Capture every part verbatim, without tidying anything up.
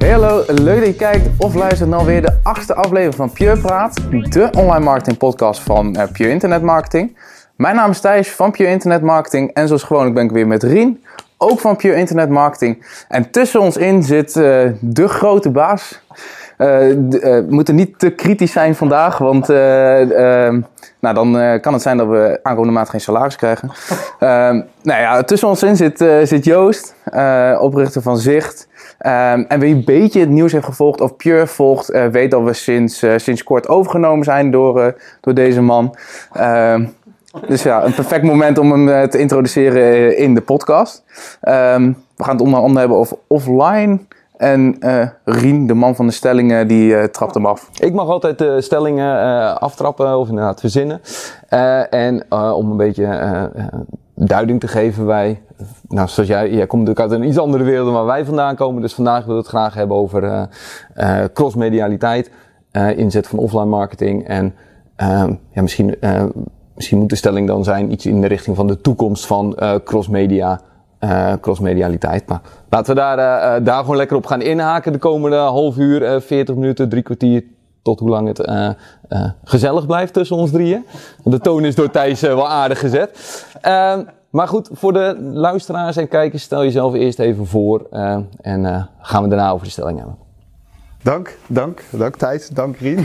Hey hallo, leuk dat je kijkt of luistert naar weer de achtste aflevering van Pure Praat, de online marketing podcast van uh, Pure Internet Marketing. Mijn naam is Thijs van Pure Internet Marketing en zoals gewoonlijk ben ik weer met Rien, ook van Pure Internet Marketing. En tussen ons in zit uh, de grote baas. Uh, uh, we moeten niet te kritisch zijn vandaag, want uh, uh, nou, dan uh, kan het zijn dat we aankomende maand geen salaris krijgen. Uh, nou ja, tussen ons in zit, uh, zit Joost, uh, oprichter van Zicht. Um, en wie een beetje het nieuws heeft gevolgd of Pure volgt, uh, weet dat we sinds, uh, sinds kort overgenomen zijn door, uh, door deze man. Uh, dus ja, een perfect moment om hem uh, te introduceren uh, in de podcast. Um, we gaan het onder andere hebben over offline. En uh, Rien, de man van de stellingen, die uh, trapt hem af. Ik mag altijd de stellingen uh, aftrappen of inderdaad verzinnen. Uh, en uh, om een beetje uh, duiding te geven, wij, nou zoals jij, jij komt natuurlijk uit een iets andere wereld dan waar wij vandaan komen. Dus vandaag willen we het graag hebben over uh, uh, crossmedialiteit, uh, inzet van offline marketing. En uh, ja, misschien, uh, misschien moet de stelling dan zijn iets in de richting van de toekomst van uh, crossmedia. Uh, crossmedialiteit. Maar laten we daar, uh, daar gewoon lekker op gaan inhaken de komende half uur, uh, veertig minuten, drie kwartier, tot hoe lang het uh, uh, gezellig blijft tussen ons drieën. De toon is door Thijs uh, wel aardig gezet. Uh, maar goed, voor de luisteraars en kijkers, stel jezelf eerst even voor uh, en uh, gaan we daarna over de stelling hebben. Dank, dank, dank Thijs, dank Rien.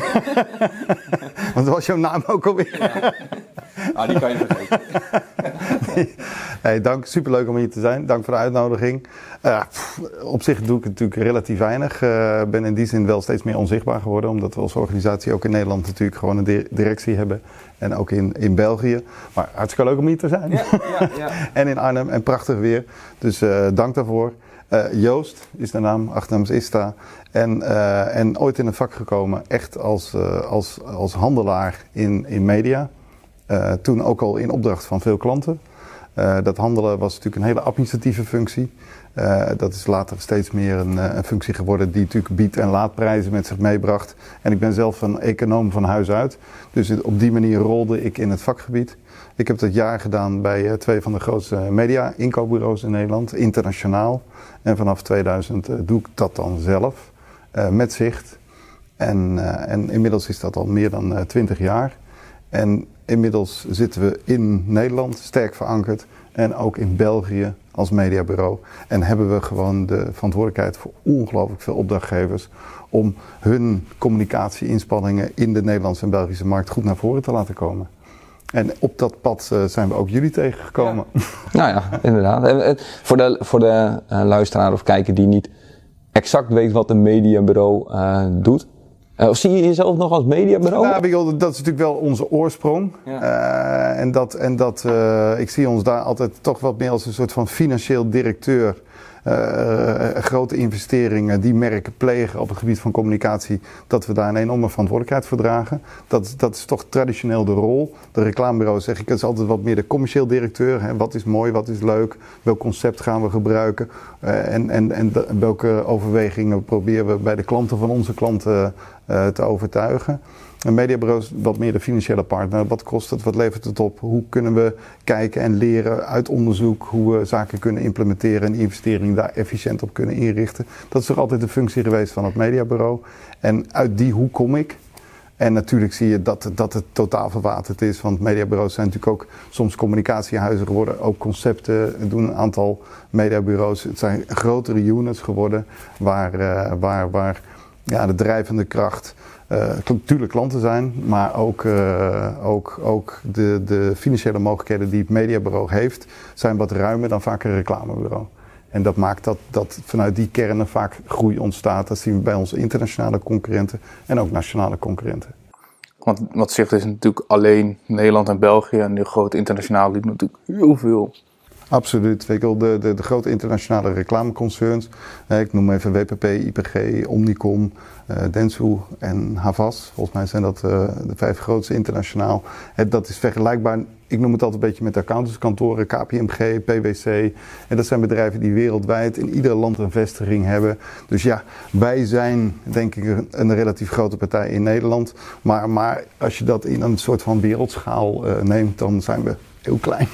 Want was jouw naam ook alweer? Ja. Ah, die kan je vergeten. Hey, dank, superleuk om hier te zijn. Dank voor de uitnodiging. Uh, pff, op zich doe ik natuurlijk relatief weinig. Ik uh, ben in die zin wel steeds meer onzichtbaar geworden. Omdat we als organisatie ook in Nederland natuurlijk gewoon een di- directie hebben. En ook in, in België. Maar hartstikke leuk om hier te zijn. Ja, ja, ja. En in Arnhem en prachtig weer. Dus uh, dank daarvoor. Uh, Joost is de naam, achternaam is Ista. En, uh, en ooit in het vak gekomen echt als, uh, als, als handelaar in, in media. Uh, toen ook al in opdracht van veel klanten. Uh, dat handelen was natuurlijk een hele administratieve functie. Uh, dat is later steeds meer een, een functie geworden die natuurlijk bied- en laadprijzen met zich meebracht. En ik ben zelf een econoom van huis uit. Dus op die manier rolde ik in het vakgebied. Ik heb dat jaar gedaan bij uh, twee van de grootste media-inkoopbureaus in Nederland, internationaal. En vanaf tweeduizend uh, doe ik dat dan zelf, uh, met Zicht. En, uh, en inmiddels is dat al meer dan uh, twintig jaar. En inmiddels zitten we in Nederland, sterk verankerd. En ook in België als mediabureau. En hebben we gewoon de verantwoordelijkheid voor ongelooflijk veel opdrachtgevers. Om hun communicatieinspanningen in de Nederlandse en Belgische markt goed naar voren te laten komen. En op dat pad uh, zijn we ook jullie tegengekomen. Ja. Nou ja, inderdaad. Voor de, voor de uh, luisteraar of kijker die niet exact weet wat een mediabureau uh, doet. Uh, of zie je jezelf nog als mediabureau? Nou, dat is natuurlijk wel onze oorsprong. Ja. Uh, en dat, en dat, uh, ik zie ons daar altijd toch wat meer als een soort van financieel directeur. Uh, grote investeringen die merken plegen op het gebied van communicatie, dat we daar een enorme verantwoordelijkheid voor dragen. Dat, dat is toch traditioneel de rol. De reclamebureaus zeg ik, het is altijd wat meer de commercieel directeur. Hè. Wat is mooi, wat is leuk, welk concept gaan we gebruiken uh, en, en, en de, welke overwegingen proberen we bij de klanten van onze klanten uh, te overtuigen. Een mediabureau is wat meer de financiële partner. Wat kost het? Wat levert het op? Hoe kunnen we kijken en leren uit onderzoek hoe we zaken kunnen implementeren en die investeringen daar efficiënt op kunnen inrichten? Dat is toch altijd de functie geweest van het mediabureau. En uit die hoek kom ik. En natuurlijk zie je dat, dat het totaal verwaterd is. Want mediabureaus zijn natuurlijk ook soms communicatiehuizen geworden. Ook concepten doen een aantal mediabureaus. Het zijn grotere units geworden waar, uh, waar, waar ja, de drijvende kracht Uh, natuurlijk klanten zijn, maar ook, uh, ook, ook de, de financiële mogelijkheden die het mediabureau heeft, zijn wat ruimer dan vaak een reclamebureau. En dat maakt dat, dat vanuit die kernen vaak groei ontstaat. Dat zien we bij onze internationale concurrenten en ook nationale concurrenten. Want wat Zicht is natuurlijk alleen Nederland en België en nu groot internationaal doet natuurlijk heel veel. Absoluut. Weet je wel, de, de, de grote internationale reclameconcerns. Eh, ik noem even W P P, I P G, Omnicom, uh, Dentsu en Havas. Volgens mij zijn dat uh, de vijf grootste internationaal. Eh, dat is vergelijkbaar. Ik noem het altijd een beetje met accountantskantoren, K P M G, P W C. En dat zijn bedrijven die wereldwijd in ieder land een vestiging hebben. Dus ja, wij zijn denk ik een relatief grote partij in Nederland. Maar, maar als je dat in een soort van wereldschaal uh, neemt, dan zijn we heel klein.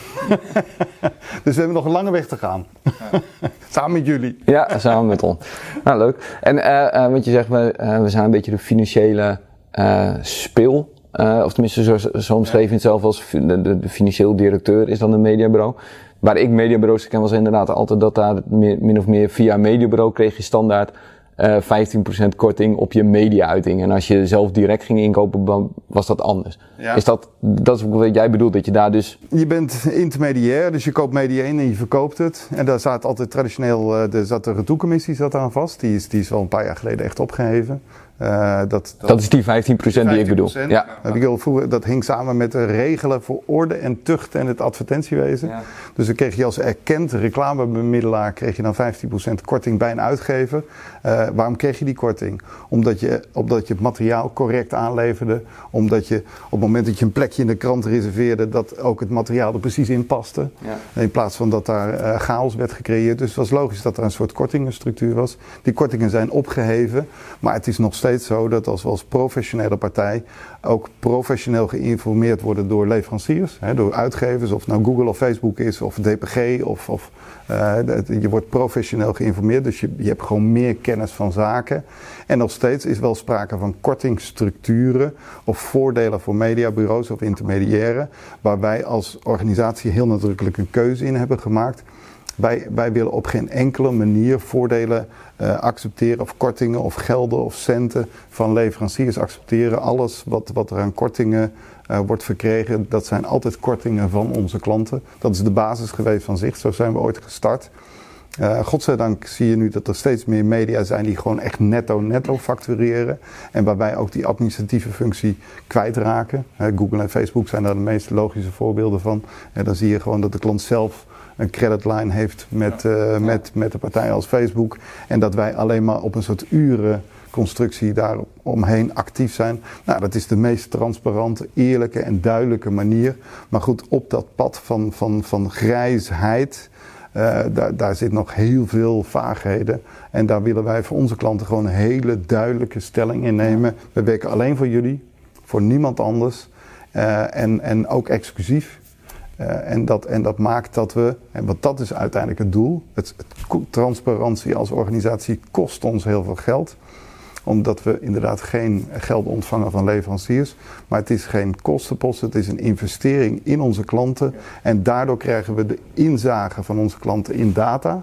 Dus we hebben nog een lange weg te gaan. Ja. Samen met jullie. Ja, samen met ons. Nou, leuk. En uh, uh, wat je zegt, we, uh, we zijn een beetje de financiële uh, speel. Uh, of tenminste, zo, zo omschreef je het zelf als de, de, de financieel directeur is dan een mediabureau. Waar ik mediabureaus ken was inderdaad altijd dat daar meer, min of meer via een mediabureau kreeg je standaard uh, vijftien procent korting op je media-uiting. En als je zelf direct ging inkopen, was dat anders. Ja. Is dat, dat is wat jij bedoelt, dat je daar dus... Je bent intermediair, dus je koopt media in en je verkoopt het. En daar zat altijd traditioneel, uh, er zat de retourcommissie zat aan vast. Die is, die is al een paar jaar geleden echt opgeheven. Uh, dat, dat, dat is die vijftien procent die ik bedoel. Ja. Dat, dat hing samen met de regelen voor orde en tucht en het advertentiewezen. Ja. Dus dan kreeg je als erkend reclamebemiddelaar kreeg je dan vijftien procent korting bij een uitgever. Uh, waarom kreeg je die korting? Omdat je, omdat je het materiaal correct aanleverde. Omdat je op het moment dat je een plekje in de krant reserveerde, dat ook het materiaal er precies in paste. Ja. In plaats van dat daar uh, chaos werd gecreëerd. Dus het was logisch dat er een soort kortingenstructuur was. Die kortingen zijn opgeheven, maar het is nog steeds zo dat als we als professionele partij ook professioneel geïnformeerd worden door leveranciers, hè, door uitgevers, of het nou Google of Facebook is, of D P G, of, of uh, je wordt professioneel geïnformeerd, dus je, je hebt gewoon meer kennis van zaken. En nog steeds is wel sprake van kortingsstructuren of voordelen voor mediabureaus of intermediairen, waar wij als organisatie heel nadrukkelijk een keuze in hebben gemaakt. Wij, wij willen op geen enkele manier voordelen uh, accepteren of kortingen of gelden of centen van leveranciers accepteren. Alles wat, wat er aan kortingen uh, wordt verkregen, dat zijn altijd kortingen van onze klanten. Dat is de basis geweest van Zicht, zo zijn we ooit gestart. Uh, godzijdank zie je nu dat er steeds meer media zijn die gewoon echt netto-netto factureren. En waarbij ook die administratieve functie kwijtraken. Uh, Google en Facebook zijn daar de meest logische voorbeelden van. En dan zie je gewoon dat de klant zelf een creditline heeft met, uh, met, met de partij als Facebook. En dat wij alleen maar op een soort urenconstructie daar omheen actief zijn. Nou, dat is de meest transparante, eerlijke en duidelijke manier. Maar goed, op dat pad van, van, van grijsheid, uh, daar, daar zit nog heel veel vaagheden. En daar willen wij voor onze klanten gewoon een hele duidelijke stelling in nemen. We werken alleen voor jullie, voor niemand anders. Uh, en, en ook exclusief. Uh, en, dat, en dat maakt dat we, en want dat is uiteindelijk het doel, het, het, transparantie als organisatie kost ons heel veel geld. Omdat we inderdaad geen geld ontvangen van leveranciers. Maar het is geen kostenpost, het is een investering in onze klanten. En daardoor krijgen we de inzage van onze klanten in data.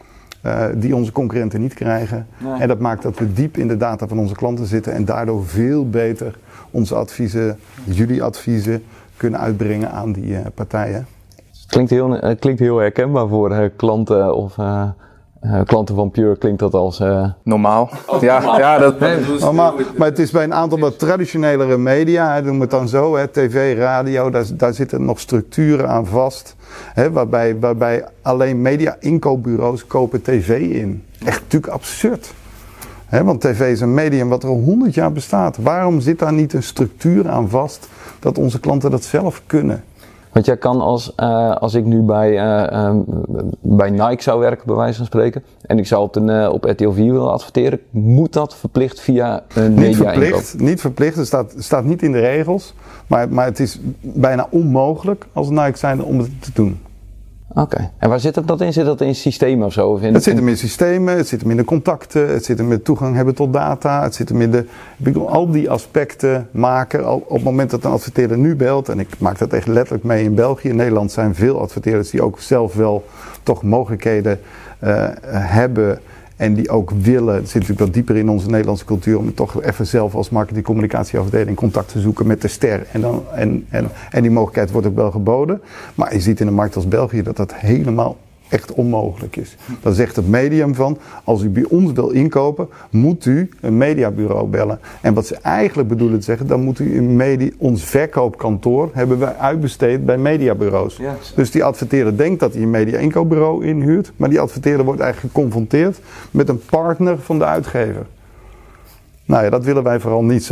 Uh, die onze concurrenten niet krijgen. Nee. En dat maakt dat we diep in de data van onze klanten zitten. En daardoor veel beter onze adviezen, jullie adviezen, kunnen uitbrengen aan die uh, partijen. Klinkt heel, uh, klinkt heel herkenbaar voor uh, klanten of uh, uh, klanten van Pure. Klinkt dat als uh... normaal? Oh, ja, normaal. Ja, dat nee, maar, maar, maar het is bij een aantal wat traditionelere media, hè, noem het dan zo, hè, tv, radio, daar, daar zitten nog structuren aan vast. Hè, waarbij, waarbij alleen media-inkoopbureaus kopen tv in. Echt natuurlijk absurd. He, want tv is een medium wat er al honderd jaar bestaat. Waarom zit daar niet een structuur aan vast dat onze klanten dat zelf kunnen? Want jij kan als, uh, als ik nu bij, uh, um, bij Nike zou werken, bij wijze van spreken, en ik zou op, de, uh, op R T L vier willen adverteren, moet dat verplicht via een media inkoop? Niet verplicht, niet verplicht. Het staat, staat niet in de regels. Maar, maar het is bijna onmogelijk als Nike zijn om het te doen. Oké. Okay. En waar zit dat in? Zit dat in systemen of zo? Of in, het zit hem in systemen, het zit hem in de contacten, het zit hem in toegang hebben tot data, het zit hem in de... Ik bedoel, al die aspecten maken, al op het moment dat een adverteerder nu belt, en ik maak dat echt letterlijk mee in België, in Nederland zijn veel adverteerders die ook zelf wel toch mogelijkheden uh, hebben en die ook willen, het zit natuurlijk wat dieper in onze Nederlandse cultuur, om toch even zelf als marketing-communicatieafdeling contact te zoeken met de ster. En, dan, en, en, en die mogelijkheid wordt ook wel geboden. Maar je ziet in een markt als België dat dat helemaal echt onmogelijk is. Dan zegt het medium van, als u bij ons wil inkopen, moet u een mediabureau bellen. En wat ze eigenlijk bedoelen te zeggen, dan moet u een media, ons verkoopkantoor hebben wij uitbesteed bij mediabureaus. Yes. Dus die adverteerder denkt dat hij een media-inkoopbureau inhuurt, maar die adverteerder wordt eigenlijk geconfronteerd met een partner van de uitgever. Nou ja, dat willen wij vooral niet zijn.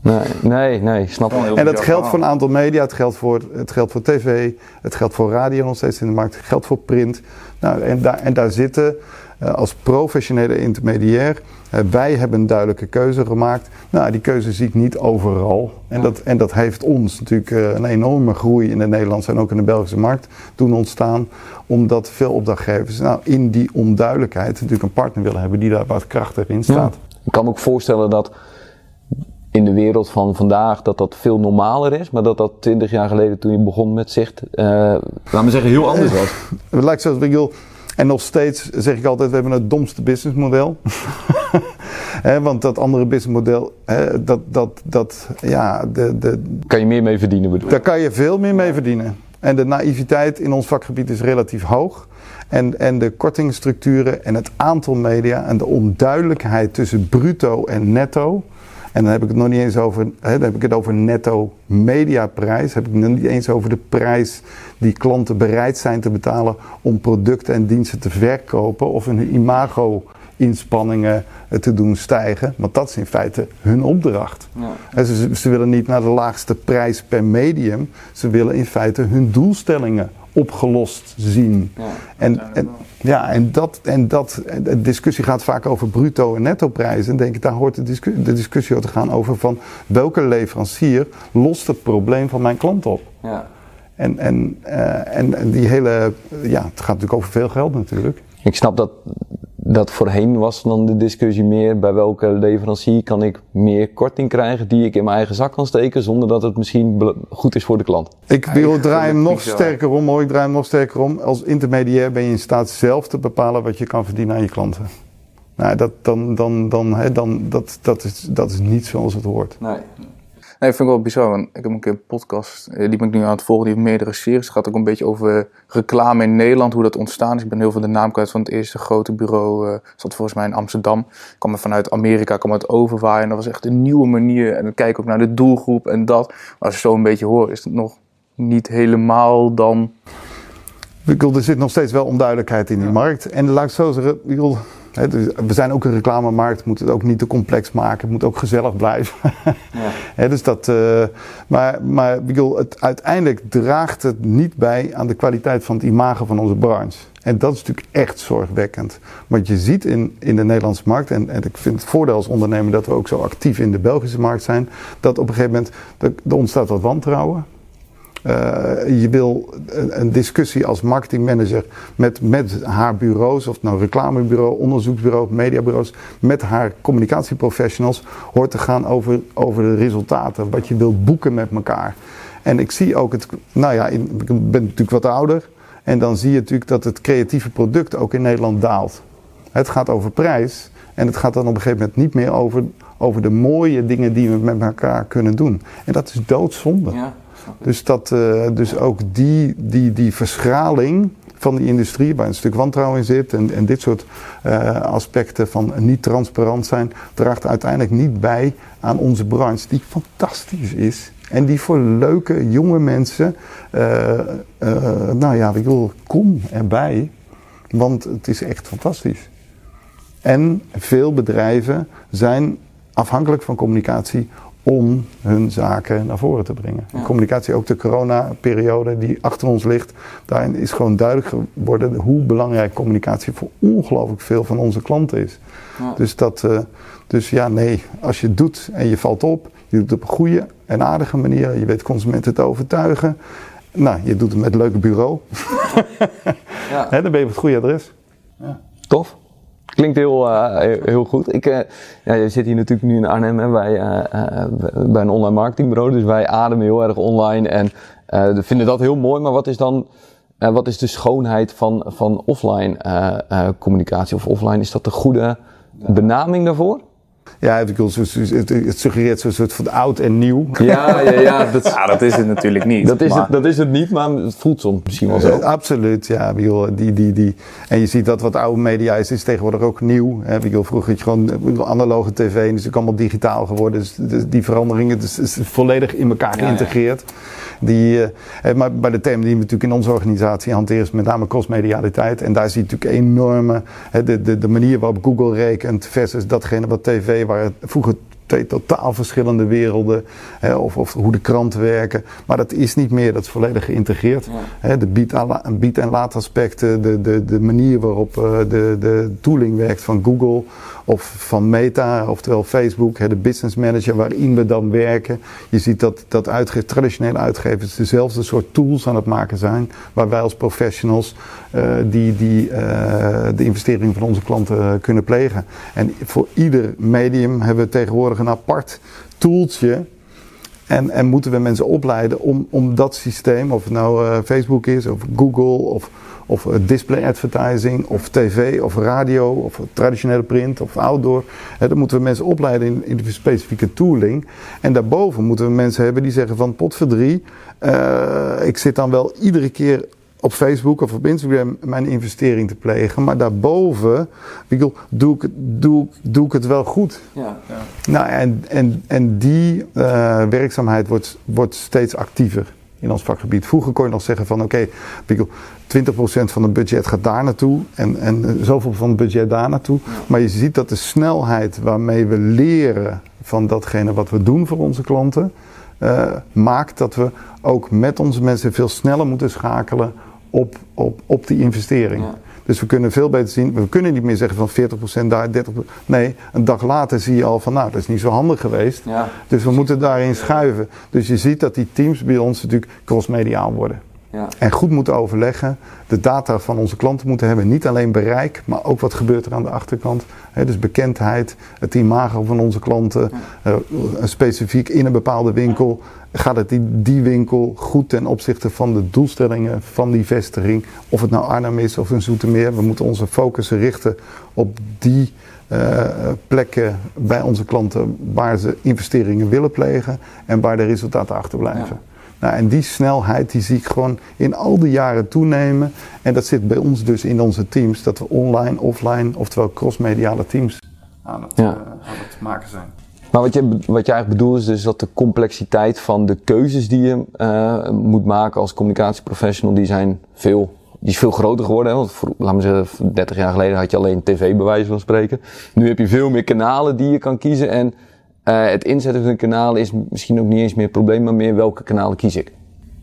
Nee, nee, nee, snap ik. En dat geldt voor een aantal media, het geldt voor, het geldt voor tv, het geldt voor radio nog steeds in de markt, het geldt voor print. Nou, en, daar, en daar zitten uh, als professionele intermediair, uh, wij hebben een duidelijke keuze gemaakt. Nou, die keuze zie ik niet overal. En, ja. dat, en dat heeft ons natuurlijk uh, een enorme groei in de Nederlandse en ook in de Belgische markt doen ontstaan. Omdat veel opdrachtgevers nou, in die onduidelijkheid natuurlijk een partner willen hebben die daar wat krachtig in staat. Ja. Ik kan me ook voorstellen dat in de wereld van vandaag dat dat veel normaler is, maar dat dat twintig jaar geleden toen je begon met Zicht, uh, laten we zeggen, heel anders was. Het lijkt zoals ik wil. En nog steeds zeg ik altijd, we hebben het domste businessmodel. He, want dat andere businessmodel, he, dat, dat, dat, ja... De, de, kan je meer mee verdienen bedoel je? Daar kan je veel meer mee verdienen. En de naïviteit in ons vakgebied is relatief hoog. En, en de kortingsstructuren en het aantal media en de onduidelijkheid tussen bruto en netto. En dan heb ik het nog niet eens over, hè, dan heb ik het over netto mediaprijs. Dan heb ik het nog niet eens over de prijs die klanten bereid zijn te betalen om producten en diensten te verkopen of hun imago-inspanningen te doen stijgen. Want dat is in feite hun opdracht. Ja. Ze, ze willen niet naar de laagste prijs per medium. Ze willen in feite hun doelstellingen opgelost zien. Ja, en, en, ja, en, dat, en dat, de discussie gaat vaak over bruto en netto prijzen. En denk ik, daar hoort de discussie, de discussie te gaan over van welke leverancier lost het probleem van mijn klant op. Ja. En, en, uh, en, en die hele, ja, het gaat natuurlijk over veel geld natuurlijk. Ik snap dat dat voorheen was dan de discussie meer bij welke leverancier kan ik meer korting krijgen die ik in mijn eigen zak kan steken zonder dat het misschien goed is voor de klant. Ik wil draai hem nog sterker om, hoor. Ik draai hem nog sterker om. Als intermediair ben je in staat zelf te bepalen wat je kan verdienen aan je klanten. Nou, dat, dan, dan, dan, hè, dan, dat, dat, is, dat is niet zoals het hoort. Nee. Nee, dat vind ik wel bizar, want ik heb een keer een podcast, die ben ik nu aan het volgen, die heeft meerdere series. Het gaat ook een beetje over reclame in Nederland, hoe dat ontstaan is. Ik ben heel veel de naam kwijt van het eerste grote bureau, uh, zat volgens mij in Amsterdam. Ik kwam er vanuit Amerika, kwam uit overwaaien en dat was echt een nieuwe manier. En dan kijk ik ook naar de doelgroep en dat. Maar als je zo een beetje hoort, is het nog niet helemaal dan... Ik bedoel, er zit nog steeds wel onduidelijkheid in die ja. markt. En laat ik zo zeggen, ik bedoel, He, dus we zijn ook een reclamemarkt, moet het ook niet te complex maken, het moet ook gezellig blijven. Ja. He, dus dat, uh, maar maar ik bedoel, het, uiteindelijk draagt het niet bij aan de kwaliteit van het imago van onze branche. En dat is natuurlijk echt zorgwekkend. Want je ziet in, in de Nederlandse markt, en, en ik vind het voordeel als ondernemer dat we ook zo actief in de Belgische markt zijn, dat op een gegeven moment, er, er ontstaat wat wantrouwen. Uh, je wil een, een discussie als marketingmanager met, met haar bureaus, of het nou reclamebureau, onderzoeksbureau, mediabureaus, met haar communicatieprofessionals, hoort te gaan over, over de resultaten, wat je wilt boeken met elkaar. En ik zie ook het, nou ja, ik ben natuurlijk wat ouder, en dan zie je natuurlijk dat het creatieve product ook in Nederland daalt. Het gaat over prijs, en het gaat dan op een gegeven moment niet meer over, over de mooie dingen die we met elkaar kunnen doen. En dat is doodzonde. Ja. Dus, dat, uh, dus ook die, die, die verschraling van die industrie, waar een stuk wantrouwen in zit en, en dit soort uh, aspecten van niet transparant zijn, draagt uiteindelijk niet bij aan onze branche, die fantastisch is. En die voor leuke, jonge mensen, uh, uh, nou ja, ik wil, kom erbij, want het is echt fantastisch. En veel bedrijven zijn afhankelijk van communicatie om hun zaken naar voren te brengen. Ja. Communicatie, ook de coronaperiode die achter ons ligt, daarin is gewoon duidelijk geworden hoe belangrijk communicatie voor ongelooflijk veel van onze klanten is. Ja. Dus, dat, uh, dus ja, nee, als je het doet en je valt op, je doet het op een goede en aardige manier, je weet consumenten te overtuigen, nou, je doet het met een leuk bureau, ja. He, dan ben je op het goede adres. Ja. Tof. Klinkt heel, uh, heel goed. Ik, uh, ja, je zit hier natuurlijk nu in Arnhem hè, bij, uh, uh, bij een online marketingbureau. Dus wij ademen heel erg online en uh, vinden dat heel mooi. Maar wat is dan uh, wat is de schoonheid van, van offline uh, uh, communicatie? Of offline, is dat de goede benaming daarvoor? Ja, het suggereert zo'n soort van oud en nieuw. Ja, ja, ja, dat, ja, dat is het natuurlijk niet. Dat is, maar, het, dat is het niet, maar het voelt soms misschien wel zo. Uh, absoluut, ja. Die, die, die. En je ziet dat wat oude media is, is tegenwoordig ook nieuw. Hè. Vroeger had je gewoon analoge tv en is ook allemaal digitaal geworden. Dus die veranderingen is, is volledig in elkaar geïntegreerd. Ja, ja. Die, uh, maar bij de term die we natuurlijk in onze organisatie hanteren is met name crossmedialiteit. En daar zie je natuurlijk enorme, hè, de, de, de manier waarop Google rekent versus datgene wat tv, waar het vroeger twee totaal verschillende werelden. Hè, of, of hoe de kranten werken. Maar dat is niet meer, dat is volledig geïntegreerd. Ja. Hè, de bied- en laadaspecten, de, de, de manier waarop uh, de, de tooling werkt van Google of van Meta, oftewel Facebook, hè, de business manager waarin we dan werken. Je ziet dat, dat uitge- traditionele uitgevers dezelfde soort tools aan het maken zijn, waar wij als professionals uh, die, die uh, de investeringen van onze klanten uh, kunnen plegen. En voor ieder medium hebben we tegenwoordig een apart tooltje. En, en moeten we mensen opleiden om, om dat systeem, of het nou uh, Facebook is, of Google, of, of uh, display advertising, of tv, of radio, of traditionele print, of outdoor. He, dan moeten we mensen opleiden in, in de specifieke tooling. En daarboven moeten we mensen hebben die zeggen van potverdrie, uh, ik zit dan wel iedere keer op Facebook of op Instagram mijn investering te plegen. Maar daarboven doe ik, doe, doe ik het wel goed. Ja, ja. Nou, en, en, en die uh, werkzaamheid wordt, wordt steeds actiever in ons vakgebied. Vroeger kon je nog zeggen van oké, okay, twintig procent van het budget gaat daar naartoe en, en zoveel van het budget daar naartoe. Ja. Maar je ziet dat de snelheid waarmee we leren van datgene wat we doen voor onze klanten, uh, maakt dat we ook met onze mensen veel sneller moeten schakelen op, op, op die investering. Ja. Dus we kunnen veel beter zien, we kunnen niet meer zeggen van veertig procent daar, dertig procent. Nee, een dag later zie je al van nou, dat is niet zo handig geweest. Ja. Dus we moeten daarin schuiven. Dus je ziet dat die teams bij ons natuurlijk crossmediaal worden. Ja. En goed moeten overleggen, de data van onze klanten moeten hebben, niet alleen bereik, maar ook wat gebeurt er aan de achterkant. He, dus bekendheid, het imago van onze klanten, ja. uh, specifiek in een bepaalde winkel. Gaat het die, die winkel goed ten opzichte van de doelstellingen van die vestiging? Of het nou Arnhem is of een Zoetermeer. We moeten onze focus richten op die uh, plekken bij onze klanten waar ze investeringen willen plegen en waar de resultaten achterblijven. Ja. Nou, en die snelheid die zie ik gewoon in al die jaren toenemen. En dat zit bij ons dus in onze teams, dat we online, offline, oftewel crossmediale teams aan het, ja. uh, aan het maken zijn. Maar wat je, wat je eigenlijk bedoelt is dus dat de complexiteit van de keuzes die je uh, moet maken als communicatieprofessional, die zijn veel, die is veel groter geworden. Hè? Want voor, laat me zeggen, dertig jaar geleden had je alleen tv bij wijze van spreken. Nu heb je veel meer kanalen die je kan kiezen en uh, het inzetten van een kanaal is misschien ook niet eens meer het probleem, maar meer welke kanalen kies ik.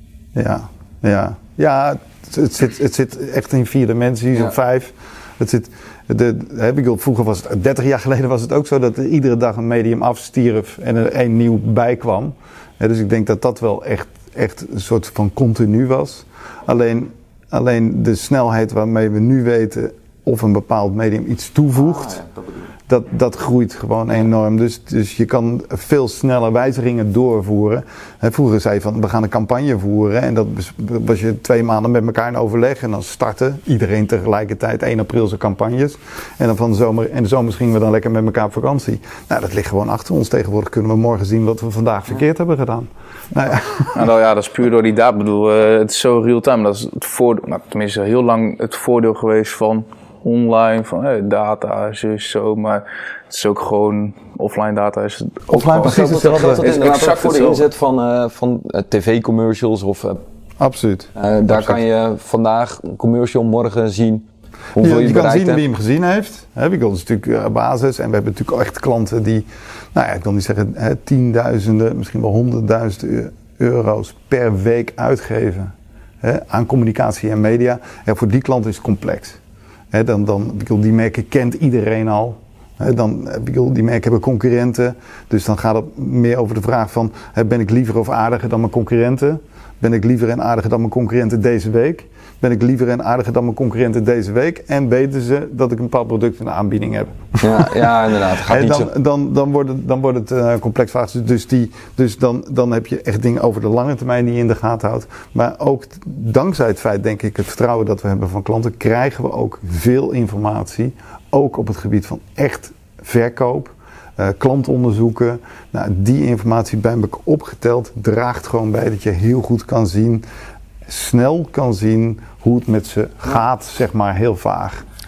Ja, ja, ja het, het, zit, het zit echt in vier dimensies ja. of vijf. Het zit, de, heb ik al, vroeger was het, dertig jaar geleden was het ook zo dat er iedere dag een medium afstierf en er één nieuw bij kwam. He, dus ik denk dat dat wel echt, echt een soort van continu was. Alleen, alleen de snelheid waarmee we nu weten of een bepaald medium iets toevoegt, ah, ja, dat, dat, dat groeit gewoon enorm. Dus, dus je kan veel sneller wijzigingen doorvoeren. He, vroeger zei je van we gaan een campagne voeren en dat was je twee maanden met elkaar in overleg en dan starten iedereen tegelijkertijd één april zijn campagnes. En dan van de zomer, en de zomers gingen we dan lekker met elkaar op vakantie. Nou, dat ligt gewoon achter ons. Tegenwoordig kunnen we morgen zien wat we vandaag verkeerd hebben gedaan. Nou ja. Nou ja, dat is puur door die data. Ik bedoel, uh, het is zo real-time. Dat is het voordeel, nou, tenminste heel lang het voordeel geweest van online, van hey, data, zus, zo, maar het is ook gewoon offline data. Is het offline precies hetzelfde. Dat is exact voor de inzet van, uh, van uh, tv-commercials of... Uh, Absoluut. Uh, daar Absoluut. Kan je vandaag een commercial, morgen zien hoeveel je, je, je kan zien hebt. Wie hem gezien heeft. He, dat is natuurlijk uh, basis en we hebben natuurlijk echt klanten die, nou ja, ik wil niet zeggen hè, tienduizenden, misschien wel honderdduizenden euro's per week uitgeven hè, aan communicatie en media. Ja, voor die klant is het complex. He, dan, dan, die merken kent iedereen al. He, dan, die merken hebben concurrenten. Dus dan gaat het meer over de vraag van, he, ben ik liever of aardiger dan mijn concurrenten? Ben ik liever en aardiger dan mijn concurrenten deze week? Ben ik liever en aardiger dan mijn concurrenten deze week? En weten ze dat ik een bepaald product in de aanbieding heb? Ja, ja inderdaad. Gaat en niet dan, zo. dan, dan, wordt het, dan wordt het uh, complex vraag. Dus, die, dus dan, dan heb je echt dingen over de lange termijn die je in de gaten houdt. Maar ook dankzij het feit, denk ik, het vertrouwen dat we hebben van klanten, krijgen we ook veel informatie. Ook op het gebied van echt verkoop. Uh, klantonderzoeken. Nou, die informatie bij me opgeteld draagt gewoon bij dat je heel goed kan zien, snel kan zien hoe het met ze gaat, zeg maar heel vaag.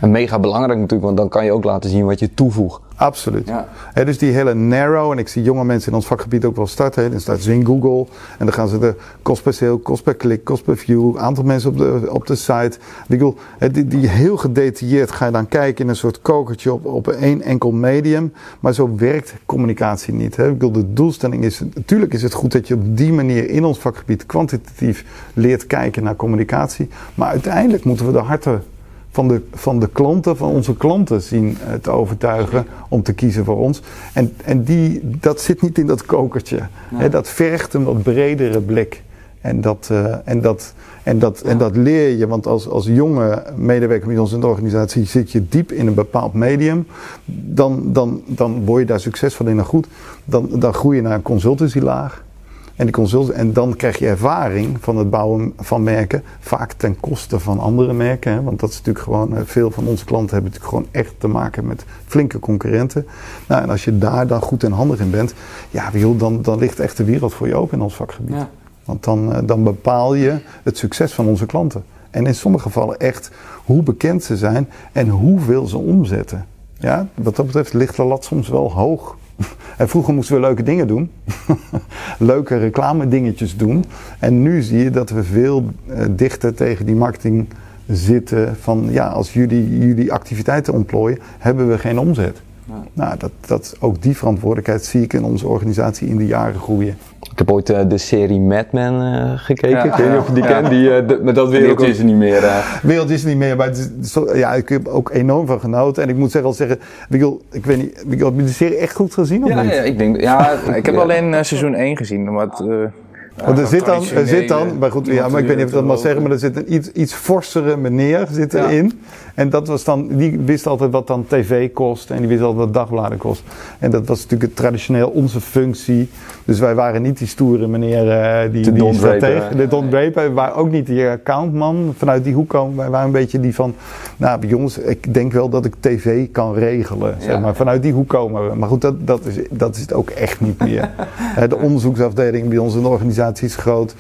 En mega belangrijk natuurlijk, want dan kan je ook laten zien wat je toevoegt. Absoluut. Ja. He, dus die hele narrow, en ik zie jonge mensen in ons vakgebied ook wel starten. He, dan starten ze in Google en dan gaan ze de kost per sale, kost per klik, kost per view, aantal mensen op de, op de site. Die, die, die heel gedetailleerd ga je dan kijken in een soort kokertje op, op één enkel medium. Maar zo werkt communicatie niet. He. Ik bedoel, de doelstelling is, natuurlijk is het goed dat je op die manier in ons vakgebied kwantitatief leert kijken naar communicatie. Maar uiteindelijk moeten we de harten Van de, van de klanten, van onze klanten zien uh, te overtuigen om te kiezen voor ons. En, en die, dat zit niet in dat kokertje. Ja. He, dat vergt een wat bredere blik. En dat, uh, en dat, en dat, ja. en dat leer je, want als, als jonge medewerker met ons in de organisatie zit je diep in een bepaald medium. Dan, dan, dan word je daar succesvol in en goed. Dan, dan groei je naar een consultancylaag. En, die consult- en dan krijg je ervaring van het bouwen van merken, vaak ten koste van andere merken. Hè? Want dat is natuurlijk gewoon, veel van onze klanten hebben natuurlijk gewoon echt te maken met flinke concurrenten. Nou, en als je daar dan goed en handig in bent, ja, joh, dan, dan ligt echt de wereld voor je open in ons vakgebied. Ja. Want dan, dan bepaal je het succes van onze klanten. En in sommige gevallen echt hoe bekend ze zijn en hoeveel ze omzetten. Ja, wat dat betreft ligt de lat soms wel hoog. En vroeger moesten we leuke dingen doen. Leuke reclame dingetjes doen. En nu zie je dat we veel uh, dichter tegen die marketing zitten. Van ja, als jullie, jullie activiteiten ontplooien, hebben we geen omzet. Ja. Nou, dat, dat, ook die verantwoordelijkheid zie ik in onze organisatie in de jaren groeien. Ik heb ooit uh, de serie Mad Men uh, gekeken. Ja, ik weet niet of je die ja. kent. Die, uh, de, maar dat wereldje is er niet meer. Uh. Wereldje is er niet meer. Maar het is, ja, ik heb ook enorm van genoten. En ik moet zeggen, al zeggen, Wigel, ik weet niet, Wigel, heb je de serie echt goed gezien of ja, niet? Ja, ik denk, ja, ik heb alleen uh, seizoen één gezien. Maar het, uh, Ja, want er zit dan, er zit dan, maar goed, ja, maar ik weet niet of ik dat mag zeggen, maar er zit een iets, iets forsere meneer zit erin. Ja. En dat was dan, die wist altijd wat dan tv kost en die wist altijd wat dagbladen kost. En dat was natuurlijk het traditioneel onze functie. Dus wij waren niet die stoere meneer, uh, die, die stratege, de Don Draper. We waren ook niet die accountman. Vanuit die hoek komen wij waren een beetje die van, nou jongens, ik denk wel dat ik tv kan regelen. Zeg maar. Ja. Vanuit die hoek komen we. Maar goed, dat, dat, is, dat is het ook echt niet meer. De onderzoeksafdeling bij ons in de organisatie is groot.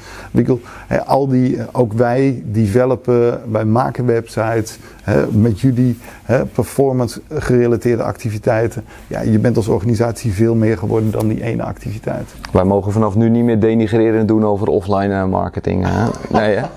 Al die, ook wij developen, wij maken websites. He, met jullie he, performance gerelateerde activiteiten. Ja, je bent als organisatie veel meer geworden dan die ene activiteit. Wij mogen vanaf nu niet meer denigreren doen over offline marketing. Hè? Nee, hè?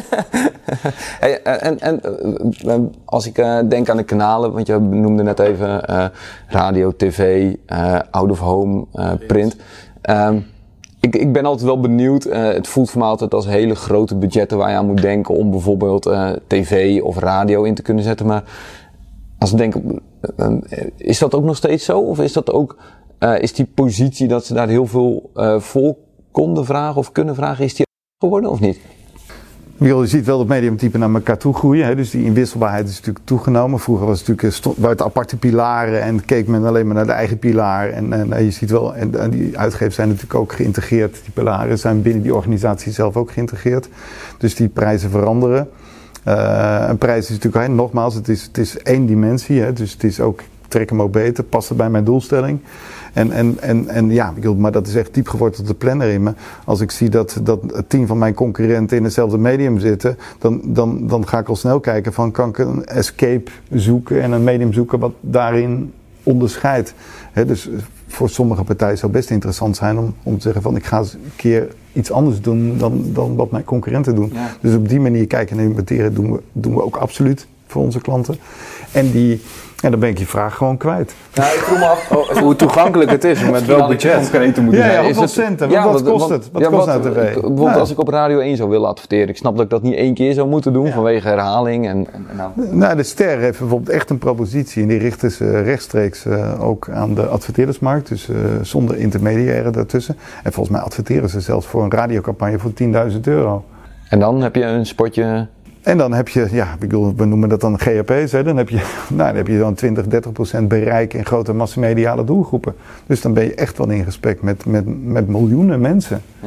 Hey, en, en als ik uh, denk aan de kanalen, want je noemde net even uh, radio, tv, uh, out of home, uh, print. Um, Ik, ik ben altijd wel benieuwd. Uh, het voelt voor mij altijd als hele grote budgetten waar je aan moet denken om bijvoorbeeld uh, tv of radio in te kunnen zetten. Maar als ik denk, uh, is dat ook nog steeds zo? Of is dat ook, uh, is die positie dat ze daar heel veel uh, voor konden vragen of kunnen vragen, is die geworden of niet? Je ziet wel dat mediumtypen naar elkaar toe groeien. Hè? Dus die inwisselbaarheid is natuurlijk toegenomen. Vroeger was het natuurlijk stond, buiten aparte pilaren en keek men alleen maar naar de eigen pilaar. En, en, en je ziet wel, en, en die uitgevers zijn natuurlijk ook geïntegreerd. Die pilaren zijn binnen die organisatie zelf ook geïntegreerd. Dus die prijzen veranderen. Uh, een prijs is natuurlijk, hè, nogmaals, het is, het is één dimensie. Hè? Dus het is ook, trek hem ook beter, past het bij mijn doelstelling. En, en, en, en ja, maar dat is echt diep geworteld de planner in me. Als ik zie dat, dat tien van mijn concurrenten in hetzelfde medium zitten, dan, dan, dan ga ik al snel kijken van, kan ik een escape zoeken en een medium zoeken wat daarin onderscheidt. He, dus voor sommige partijen zou het best interessant zijn om, om te zeggen van, ik ga eens een keer iets anders doen dan, dan wat mijn concurrenten doen. Ja. Dus op die manier kijken en implementeren doen we, doen we ook absoluut voor onze klanten. En die... En dan ben ik je vraag gewoon kwijt. Ja, ik vroeg me af oh, hoe toegankelijk het is met welk budget. Ja, ja, hoeveel centen? Ja, wat, wat kost het? Wat ja, kost nou tv? Bijvoorbeeld ja. Als ik op Radio één zou willen adverteren. Ik snap dat ik dat niet één keer zou moeten doen ja. vanwege herhaling. En, en, en nou. nou, de Ster heeft bijvoorbeeld echt een propositie. En die richten ze rechtstreeks uh, ook aan de adverteerdersmarkt. Dus uh, zonder intermediairen daartussen. En volgens mij adverteren ze zelfs voor een radiocampagne voor tienduizend euro. En dan heb je een spotje... En dan heb je, ja, we noemen dat dan G A P's, hè, dan heb je, nou, dan heb je dan twintig, dertig procent bereik in grote massamediale doelgroepen. Dus dan ben je echt wel in gesprek met, met, met miljoenen mensen. Ja.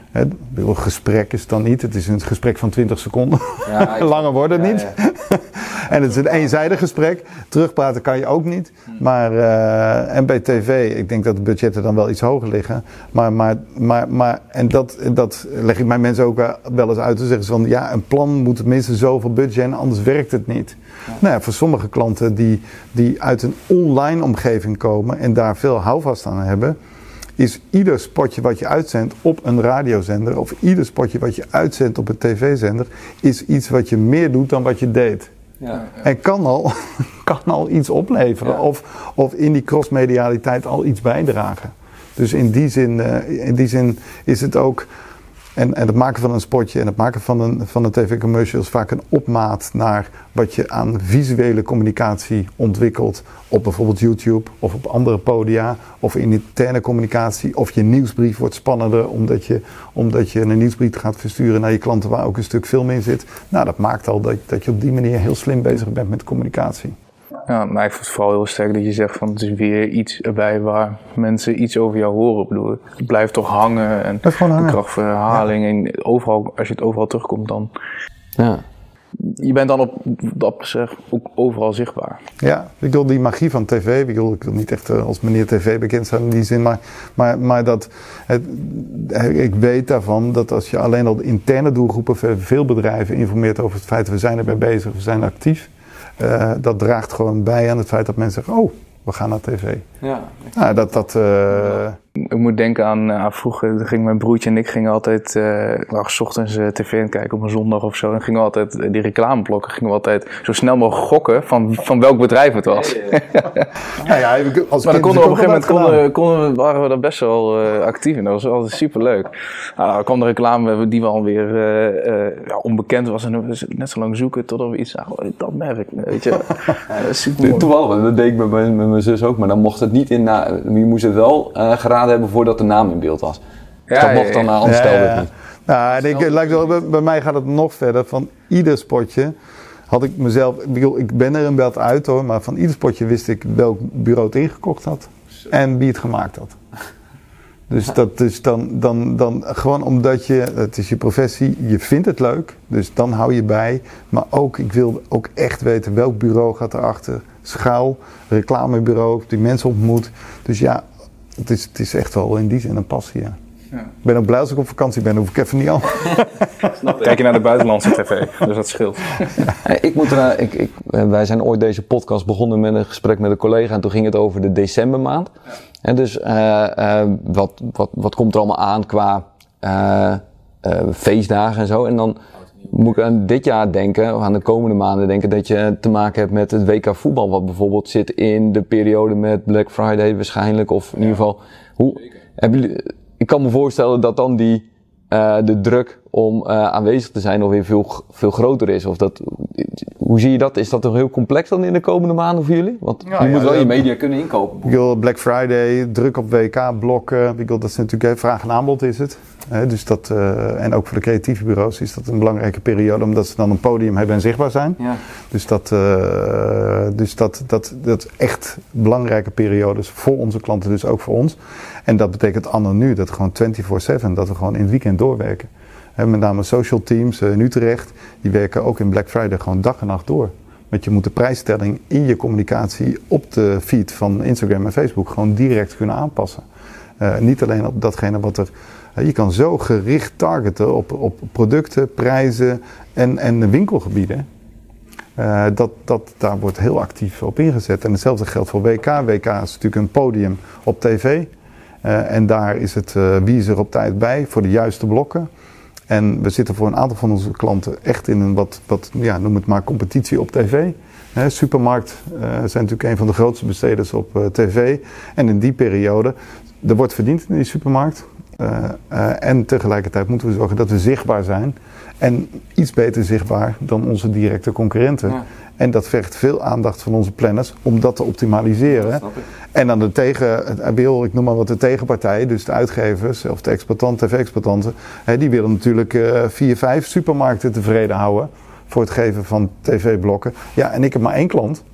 Een gesprek is het dan niet. Het is een gesprek van twintig seconden. Ja, Langer wordt het ja, niet. Ja. En het is een eenzijdig gesprek. Terugpraten kan je ook niet. Maar, uh, en bij tv, ik denk dat de budgetten dan wel iets hoger liggen. Maar, maar, maar, maar en dat, dat leg ik mijn mensen ook wel eens uit. Te zeggen van, ja, een plan moet tenminste zoveel budget en anders werkt het niet. Ja. Nou ja, voor sommige klanten die, die uit een online omgeving komen en daar veel houvast aan hebben, is ieder spotje wat je uitzendt op een radiozender of ieder spotje wat je uitzendt op een tv-zender, is iets wat je meer doet dan wat je deed. Ja. En kan al, kan al iets opleveren. Ja. Of, of in die crossmedialiteit al iets bijdragen. Dus in die zin, uh, in die zin is het ook. En, en het maken van een spotje en het maken van een, van een tv-commercial is vaak een opmaat naar wat je aan visuele communicatie ontwikkelt. Op bijvoorbeeld YouTube of op andere podia. Of in interne communicatie. Of je nieuwsbrief wordt spannender omdat je, omdat je een nieuwsbrief gaat versturen naar je klanten waar ook een stuk film in zit. Nou, dat maakt al dat, dat je op die manier heel slim bezig bent met communicatie. Ja, maar ik vond het vooral heel sterk dat je zegt van het is weer iets erbij waar mensen iets over jou horen. Ik bedoel, het blijft toch hangen en de krachtverhaling. Ja. En overal, als je het overal terugkomt dan. Ja. Je bent dan op dat zeg ook overal zichtbaar. Ja, ik bedoel die magie van tv. Ik bedoel, ik wil niet echt als meneer tv bekend zijn in die zin, maar, maar, maar dat het, ik weet daarvan dat als je alleen al de interne doelgroepen veel bedrijven informeert over het feit dat we zijn erbij bezig, we zijn actief. Uh, dat draagt gewoon bij aan het feit dat mensen zeggen, oh, we gaan naar tv. Ja, nou, dat, dat, uh... Ik moet denken aan, aan vroeger, ging mijn broertje en ik gingen altijd, uh, lag 's ochtends uh, tv aan kijken op een zondag of zo. En gingen we altijd, uh, die reclameblokken, gingen we altijd zo snel mogelijk gokken van, van welk bedrijf het was. Ja, ja. Ja, ja, als maar dan konden we op een gegeven moment, konden, konden, waren we daar best wel uh, actief in. Dat was altijd superleuk. Nou, dan kwam de reclame die wel alweer uh, uh, ja, onbekend was. En dan net zo lang zoeken totdat we iets zagen, oh, dat merk, weet je. uh, super Toevallig, dat deed ik met mijn, met mijn zus ook, maar dan mocht het niet in, na, je moest het wel uh, geraden hebben voordat de naam in beeld was. Ja, dat mocht dan, uh, anders stelde het niet. Nou, ik, ik, lijkt wel, bij, bij mij gaat het nog verder. Van ieder spotje had ik mezelf, ik, ik ben er een belt uit hoor, maar van ieder spotje wist ik welk bureau het ingekocht had en wie het gemaakt had. Dus dat is dan, dan, dan gewoon omdat je, het is je professie, je vindt het leuk, dus dan hou je bij. Maar ook, ik wil ook echt weten welk bureau gaat erachter. Schaal, reclamebureau, die mensen ontmoet. Dus ja, het is, het is echt wel in die zin een passie, ja. Ja. Ik ben ook blij als ik op vakantie ben, hoef ik even niet al. Kijk je naar de buitenlandse tv, dus dat scheelt. Ja. Ik moet er, ik, ik, wij zijn ooit deze podcast begonnen met een gesprek met een collega en toen ging het over de decembermaand. Ja. En dus uh, uh, wat, wat, wat komt er allemaal aan qua uh, uh, feestdagen en zo. En dan moet ik aan dit jaar denken, of aan de komende maanden denken, dat je te maken hebt met het W K voetbal. Wat bijvoorbeeld zit in de periode met Black Friday waarschijnlijk. Of in ieder geval, hoe, hebben jullie, ik kan me voorstellen dat dan die, uh, de druk om uh, aanwezig te zijn nog weer veel, veel groter is. Of dat, hoe zie je dat? Is dat toch heel complex dan in de komende maanden voor jullie? Want ja, je ja, moet wel ja, je media kunnen inkopen. Ik wil Black Friday, druk op W K-blokken. Ik wil, dat is natuurlijk vraag en aanbod is het. He, dus dat, uh, en ook voor de creatieve bureaus is dat een belangrijke periode, omdat ze dan een podium hebben en zichtbaar zijn. Ja. Dus, dat, uh, dus dat, dat, dat is echt belangrijke periodes voor onze klanten, dus ook voor ons. En dat betekent anno nu, dat gewoon vierentwintig zeven, dat we gewoon in het weekend doorwerken. He, met name social teams uh, in Utrecht, die werken ook in Black Friday gewoon dag en nacht door. Want je moet de prijsstelling in je communicatie op de feed van Instagram en Facebook gewoon direct kunnen aanpassen. Uh, niet alleen op datgene wat er... Uh, je kan zo gericht targeten op, op producten, prijzen en, en winkelgebieden. Uh, dat, dat, daar wordt heel actief op ingezet. En hetzelfde geldt voor W K. W K is natuurlijk een podium op tv. Uh, en daar is het uh, wie is er op tijd bij voor de juiste blokken. En we zitten voor een aantal van onze klanten echt in een wat, wat ja, noem het maar competitie op tv. He, Supermarkt uh, zijn natuurlijk een van de grootste besteders op uh, tv. En in die periode, er wordt verdiend in die supermarkt. Uh, uh, en tegelijkertijd moeten we zorgen dat we zichtbaar zijn. En iets beter zichtbaar dan onze directe concurrenten. Ja. En dat vergt veel aandacht van onze planners om dat te optimaliseren. Dat en dan de tegen, ik noem maar wat de tegenpartij, dus de uitgevers of de exploitanten, tv-exploitanten, die willen natuurlijk uh, vier, vijf supermarkten tevreden houden voor het geven van tv-blokken. Ja, en ik heb maar één klant.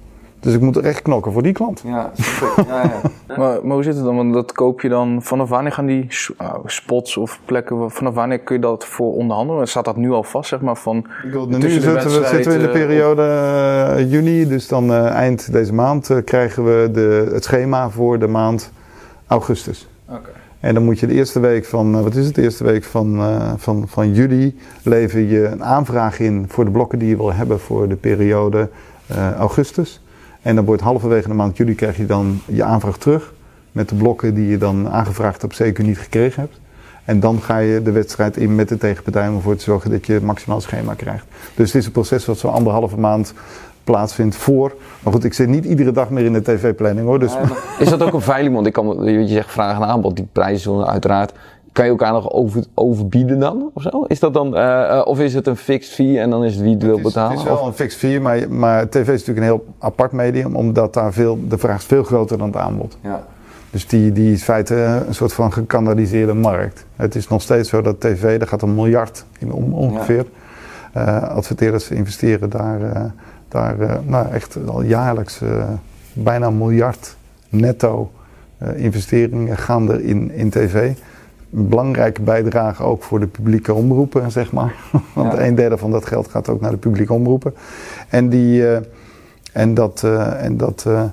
Dus ik moet er echt knokken voor die klant. Ja, ja, ja. maar, maar hoe zit het dan? Want dat koop je dan, vanaf wanneer gaan die uh, spots of plekken, vanaf wanneer kun je dat voor onderhandelen? Staat dat nu al vast, zeg maar? Van, nu zitten we, zitten we in de periode uh, juni, dus dan uh, eind deze maand uh, krijgen we de, het schema voor de maand augustus. Okay. En dan moet je de eerste week van, uh, wat is het, de eerste week van, uh, van, van juli lever je een aanvraag in voor de blokken die je wil hebben voor de periode uh, augustus. En dan wordt halverwege de maand juli krijg je dan je aanvraag terug met de blokken die je dan aangevraagd op C Q niet gekregen hebt. En dan ga je de wedstrijd in met de tegenpartij om ervoor te zorgen dat je maximaal schema krijgt. Dus het is een proces wat zo'n anderhalve maand plaatsvindt voor. Maar goed, ik zit niet iedere dag meer in de tv-planning hoor. Dus... Is dat ook een veiling? Want ik kan, je zegt vraag en aanbod, die prijzen zullen uiteraard. Kan je elkaar nog over, overbieden dan? Of zo? Is dat dan, uh, uh, of is het een fixed fee en dan is het wie het wil betalen? Het is wel of? een fixed fee, maar, maar tv is natuurlijk een heel apart medium, omdat daar veel, de vraag is veel groter dan het aanbod. Ja. Dus die, die is in feite een soort van gekanaliseerde markt. Het is nog steeds zo dat tv, daar gaat een miljard in om ongeveer. Ja. Uh, adverteerders investeren daar, uh, daar uh, nou echt al jaarlijks uh, bijna een miljard netto uh, investeringen gaan er in, in tv. Een belangrijke bijdrage ook voor de publieke omroepen, zeg maar. Want ja. een derde van dat geld gaat ook naar de publieke omroepen. En, die, uh, en dat... Uh, en dat uh,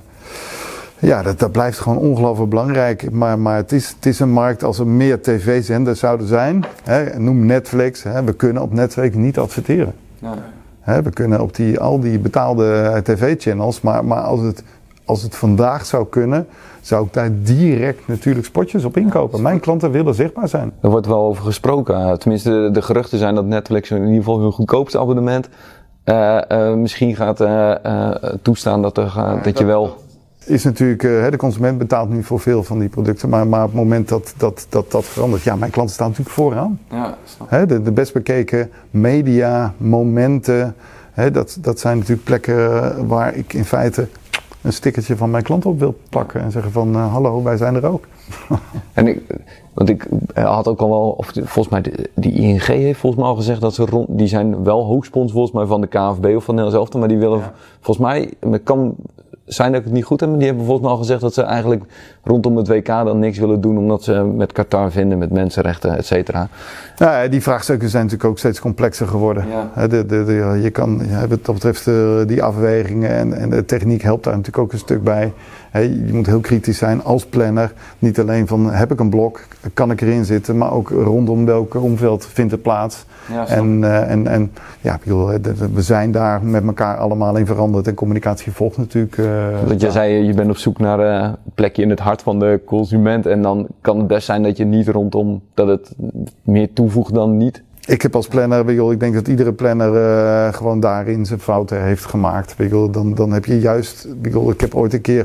Ja, dat, dat blijft gewoon ongelooflijk belangrijk. Maar, maar het, is, het is een markt als er meer tv-zenders zouden zijn. Hè, noem Netflix. Hè, we kunnen op Netflix niet adverteren. Ja. Hè, we kunnen op die, al die betaalde tv-channels. Maar, maar als, het, als het vandaag zou kunnen, zou ik daar direct natuurlijk spotjes op inkopen. Mijn klanten willen zichtbaar zijn. Er wordt wel over gesproken. Tenminste, de, de geruchten zijn dat Netflix in ieder geval hun goedkoopste abonnement uh, uh, misschien gaat uh, uh, toestaan dat, er, uh, dat je wel... Is natuurlijk, uh, de consument betaalt nu voor veel van die producten, maar, maar op het moment dat dat, dat dat verandert, ja, mijn klanten staan natuurlijk vooraan. Ja, snap. He, de, de best bekeken media, momenten, he, dat, dat zijn natuurlijk plekken waar ik in feite een stickertje van mijn klant op wil plakken en zeggen van uh, hallo, wij zijn er ook. En ik, want ik had ook al wel, of volgens mij, de, die I N G heeft volgens mij al gezegd dat ze rond, die zijn wel hoogspons volgens mij van de K N V B of van Nederlands Elftal, maar die willen ja. volgens mij, het kan zijn dat ik het niet goed heb, maar die hebben volgens mij al gezegd dat ze eigenlijk rondom het W K dan niks willen doen omdat ze met Qatar vinden, met mensenrechten, et cetera. Ja, die vraagstukken zijn natuurlijk ook steeds complexer geworden. Ja. De, de, de, je kan, ja, wat dat betreft de, die afwegingen en, en de techniek helpt daar natuurlijk ook een stuk bij. He, je moet heel kritisch zijn als planner. Niet alleen van heb ik een blok, kan ik erin zitten, maar ook rondom welke omveld vindt het plaats. Ja, en, uh, en, en ja, we zijn daar met elkaar allemaal in veranderd en communicatie volgt natuurlijk. Uh, Want je zei, je bent op zoek naar een plekje in het hart van de consument en dan kan het best zijn dat je niet rondom, dat het meer toevoegt dan niet. Ik heb als planner, ik denk dat iedere planner uh, gewoon daarin zijn fouten heeft gemaakt. Dan, dan heb je juist, ik heb ooit een keer...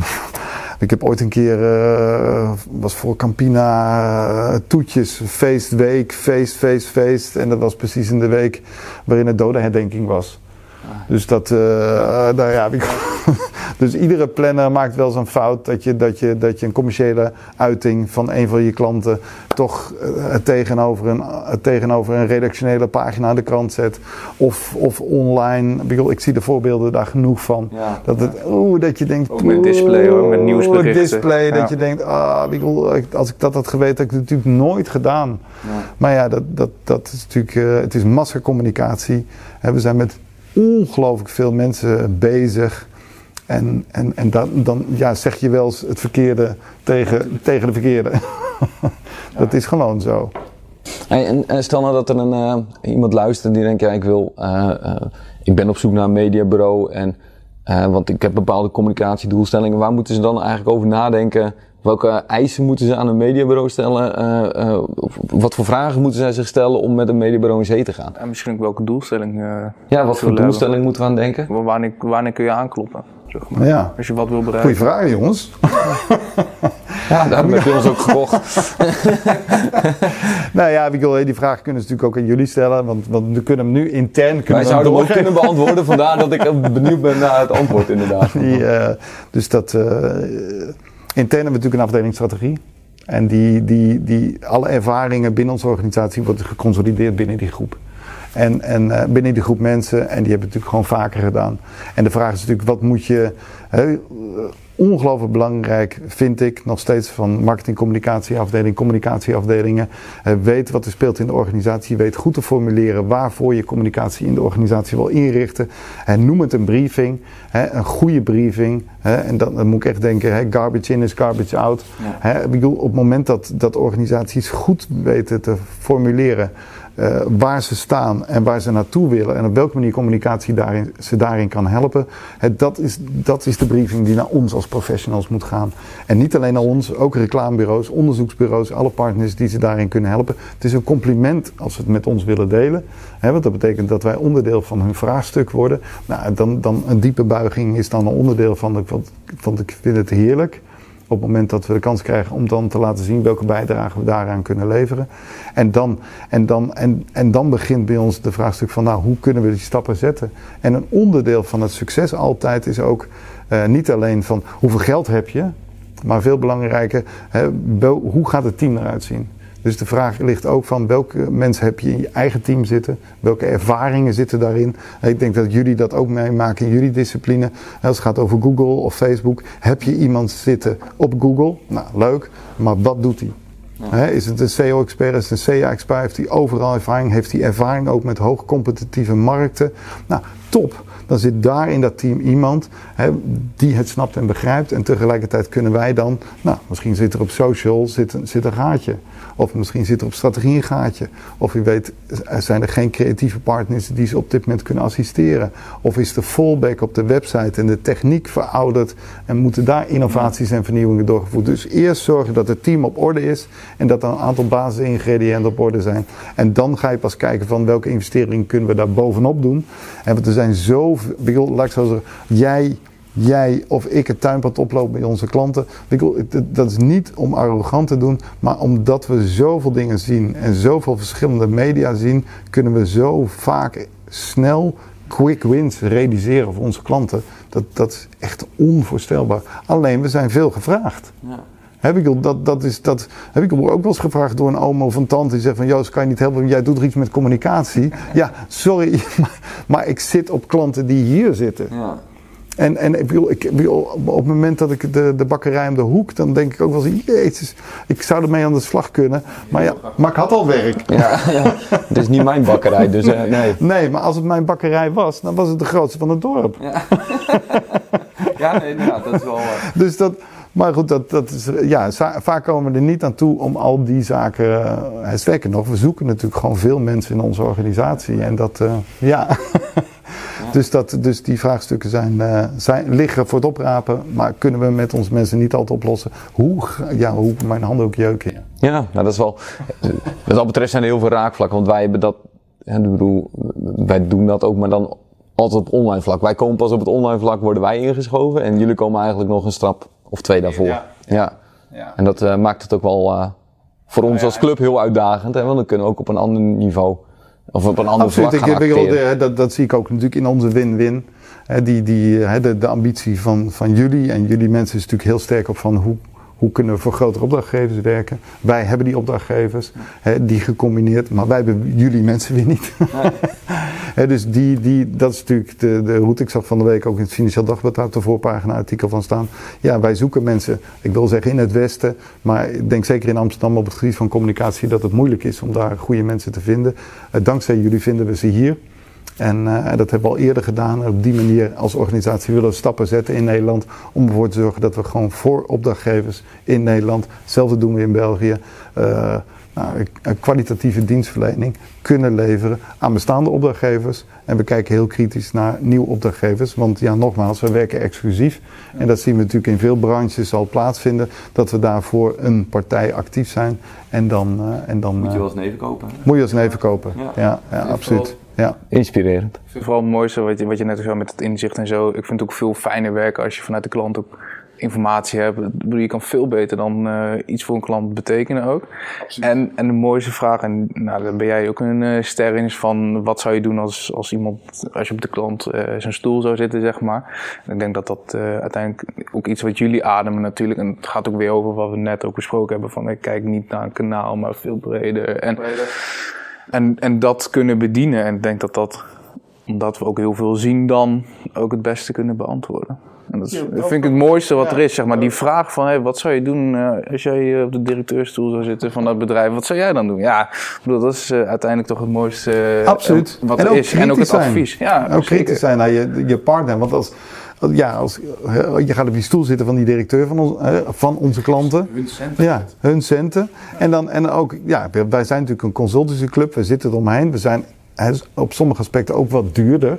Ik heb ooit een keer, uh, was voor Campina, uh, toetjes, feestweek, feest, feest, feest. En dat was precies in de week waarin het dodenherdenking was. Ah. Dus dat, uh, uh, nou ja, dus iedere planner maakt wel zo'n fout dat je, dat, je, dat je een commerciële uiting van een van je klanten toch uh, tegenover, een, uh, tegenover een redactionele pagina aan de krant zet. Of, of online. Ik zie de voorbeelden daar genoeg van. Ja, dat, het, oeh, dat je denkt... Ook met display hoor, met nieuwsberichten. Display, ja. Dat je denkt, ah, als ik dat had geweten, had ik het natuurlijk nooit gedaan. Ja. Maar ja, dat, dat, dat is natuurlijk, uh, het is massacommunicatie. We zijn met ongelooflijk veel mensen bezig. En, en, en dan, dan ja, zeg je wel eens het verkeerde tegen, tegen de verkeerde. Dat ja. is gewoon zo. Hey, en, en stel nou dat er een, uh, iemand luistert die denkt, ja, ik wil, uh, uh, ik ben op zoek naar een mediabureau en uh, want ik heb bepaalde communicatiedoelstellingen. Waar moeten ze dan eigenlijk over nadenken? Welke eisen moeten ze aan een mediabureau stellen? Uh, uh, wat voor vragen moeten zij zich stellen om met een mediabureau in zee te gaan? En misschien ook welke doelstelling. Uh, ja, wat voor doelstelling hebben. Moeten we aan denken? Wanneer, wanneer kun je aankloppen? Zeg maar. Ja. Als je wat wil bereiken. Goeie vraag, jongens. Ja, daarom heb je ons ook gekocht. Nou ja, die vraag kunnen ze natuurlijk ook aan jullie stellen, want, want we kunnen hem nu intern kunnen Wij zouden hem ook kunnen beantwoorden, vandaar dat ik benieuwd ben naar het antwoord inderdaad. Die, uh, dus dat, uh, intern hebben we natuurlijk een afdeling strategie. En die, die, die, alle ervaringen binnen onze organisatie worden geconsolideerd binnen die groep. En, en uh, binnen die groep mensen, en die hebben het natuurlijk gewoon vaker gedaan. En de vraag is natuurlijk, wat moet je... Uh, ongelooflijk belangrijk vind ik nog steeds van marketing, communicatieafdeling, communicatieafdelingen. Uh, weet wat er speelt in de organisatie. Weet goed te formuleren waarvoor je communicatie in de organisatie wil inrichten. En noem het een briefing. Hè, een goede briefing. Hè, en dan, dan moet ik echt denken, hè, garbage in is garbage out. Ja. Hè, ik bedoel, op het moment dat, dat organisaties goed weten te formuleren Uh, waar ze staan en waar ze naartoe willen en op welke manier communicatie daarin, ze daarin kan helpen. He, dat, is, dat is de briefing die naar ons als professionals moet gaan. En niet alleen naar ons, ook reclamebureaus, onderzoeksbureaus, alle partners die ze daarin kunnen helpen. Het is een compliment als ze het met ons willen delen. He, want dat betekent dat wij onderdeel van hun vraagstuk worden. Nou, dan, dan een diepe buiging is dan een onderdeel van, de, van, van ik vind het heerlijk. Op het moment dat we de kans krijgen om dan te laten zien welke bijdrage we daaraan kunnen leveren. En dan, en dan, en, en dan begint bij ons de vraagstuk van, nou, hoe kunnen we die stappen zetten? En een onderdeel van het succes altijd is ook uh, niet alleen van hoeveel geld heb je, maar veel belangrijker, hè, wel, hoe gaat het team eruit zien? Dus de vraag ligt ook van welke mensen heb je in je eigen team zitten? Welke ervaringen zitten daarin? Ik denk dat jullie dat ook meemaken in jullie discipline. Als het gaat over Google of Facebook. Heb je iemand zitten op Google? Nou, leuk. Maar wat doet hij? Ja. He, is het een S E O-expert? Is het een C A-expert? Heeft hij overal ervaring? Heeft hij ervaring ook met hoogcompetitieve markten? Nou, top. Dan zit daar in dat team iemand he, die het snapt en begrijpt. En tegelijkertijd kunnen wij dan, nou, misschien zit er op social zit, zit een gaatje. Of misschien zit er op strategie een gaatje. Of wie weet, zijn er geen creatieve partners die ze op dit moment kunnen assisteren. Of is de fallback op de website en de techniek verouderd en moeten daar innovaties en vernieuwingen doorgevoerd. Dus eerst zorgen dat het team op orde is en dat er een aantal basisingrediënten op orde zijn. En dan ga je pas kijken van welke investeringen kunnen we daar bovenop doen. En want er zijn zoveel, laat ik zo zeggen, jij... jij of ik het tuinpad oplopen bij onze klanten. Dat is niet om arrogant te doen, maar omdat we zoveel dingen zien en zoveel verschillende media zien, kunnen we zo vaak snel quick wins realiseren voor onze klanten. Dat, dat is echt onvoorstelbaar. Alleen, we zijn veel gevraagd. Ja. Heb ik, dat, dat is, dat, heb ik ook wel eens gevraagd door een oom of een tante die zegt van Joost, kan je niet helpen, jij doet er iets met communicatie. Ja, sorry, maar, maar ik zit op klanten die hier zitten. Ja. En, en ik bedoel, ik, op het moment dat ik de, de bakkerij om de hoek, dan denk ik ook wel eens, jezus, ik zou ermee aan de slag kunnen. Maar ja, maar ik had al werk. Ja, ja. Het is niet mijn bakkerij, dus uh, nee. Nee, maar als het mijn bakkerij was, dan was het de grootste van het dorp. Ja, ja nee, nou, dat is wel... Uh... Dus dat... Maar goed, dat, dat is, ja, vaak komen we er niet aan toe om al die zaken, uh, sterker nog, we zoeken natuurlijk gewoon veel mensen in onze organisatie. En dat, uh, ja... Ja. Dus, dat, dus die vraagstukken zijn, uh, zijn, liggen voor het oprapen, maar kunnen we met onze mensen niet altijd oplossen. Hoe, ja, hoe mijn handen ook jeuken. Ja, ja nou dat is wel. Wat dat betreft zijn er heel veel raakvlakken, want wij hebben dat. Ja, ik bedoel, wij doen dat ook, maar dan altijd op online vlak. Wij komen pas op het online vlak, worden wij ingeschoven en jullie komen eigenlijk nog een stap of twee daarvoor. Ja, ja. ja. ja. En dat uh, maakt het ook wel uh, voor ons als club heel uitdagend, hè, want dan kunnen we ook op een ander niveau. Of op een ander Absoluut. vlak gaan ik, acteren. Dat, dat zie ik ook natuurlijk in onze win-win. He, die, die, he, de, de ambitie van, van jullie en jullie mensen is natuurlijk heel sterk op van hoe, hoe kunnen we voor grotere opdrachtgevers werken. Wij hebben die opdrachtgevers, he, die gecombineerd, maar wij hebben jullie mensen weer niet. Nee. He, dus die, die, dat is natuurlijk de, de route. Ik zag van de week ook in het Financieel Dagblad op de voorpagina artikel van staan. Ja, wij zoeken mensen, ik wil zeggen in het Westen, maar ik denk zeker in Amsterdam op het gebied van communicatie dat het moeilijk is om daar goede mensen te vinden. Uh, dankzij jullie vinden we ze hier. En uh, dat hebben we al eerder gedaan. En op die manier als organisatie willen we stappen zetten in Nederland om ervoor te zorgen dat we gewoon voor opdrachtgevers in Nederland, hetzelfde doen we in België, uh, nou, een kwalitatieve dienstverlening kunnen leveren aan bestaande opdrachtgevers. En we kijken heel kritisch naar nieuwe opdrachtgevers. Want ja, nogmaals, we werken exclusief. En dat zien we natuurlijk in veel branches al plaatsvinden. Dat we daarvoor een partij actief zijn. En dan... Uh, en dan moet je wel eens neven kopen. Hè? Moet je wel eens neven kopen, ja, ja, ja, ja absoluut. Ja. Inspirerend. Ik vind vooral het mooiste wat je, wat je net zei met het inzicht en zo. Ik vind het ook veel fijner werken als je vanuit de klant ook informatie hebt. Je kan veel beter dan uh, iets voor een klant betekenen ook. En, en de mooiste vraag, en nou, daar ben jij ook een uh, ster in, is van wat zou je doen als, als iemand, als je op de klant uh, zijn stoel zou zitten, zeg maar. En ik denk dat dat uh, uiteindelijk ook iets wat jullie ademen natuurlijk. En het gaat ook weer over wat we net ook besproken hebben, van ik kijk niet naar een kanaal, maar veel breder. En, breder. En, en dat kunnen bedienen. En ik denk dat dat, omdat we ook heel veel zien, dan ook het beste kunnen beantwoorden. En dat, is, ja, dat vind ik het mooiste wat ja. er is, zeg maar. Die vraag van, hey, wat zou je doen uh, als jij op de directeurstoel zou zitten van dat bedrijf? Wat zou jij dan doen? Ja, ik bedoel, dat is uh, uiteindelijk toch het mooiste uh, Absoluut. wat er is. En ook het zijn. advies. Ja, ook kritisch zijn naar je, je partner. Want als, ja, als, je gaat op die stoel zitten van die directeur van, ons, van onze klanten. Hun centen. Ja, hun centen. Ja. En, dan, en ook, ja, wij zijn natuurlijk een consultancyclub. We zitten eromheen. We zijn he, op sommige aspecten ook wat duurder.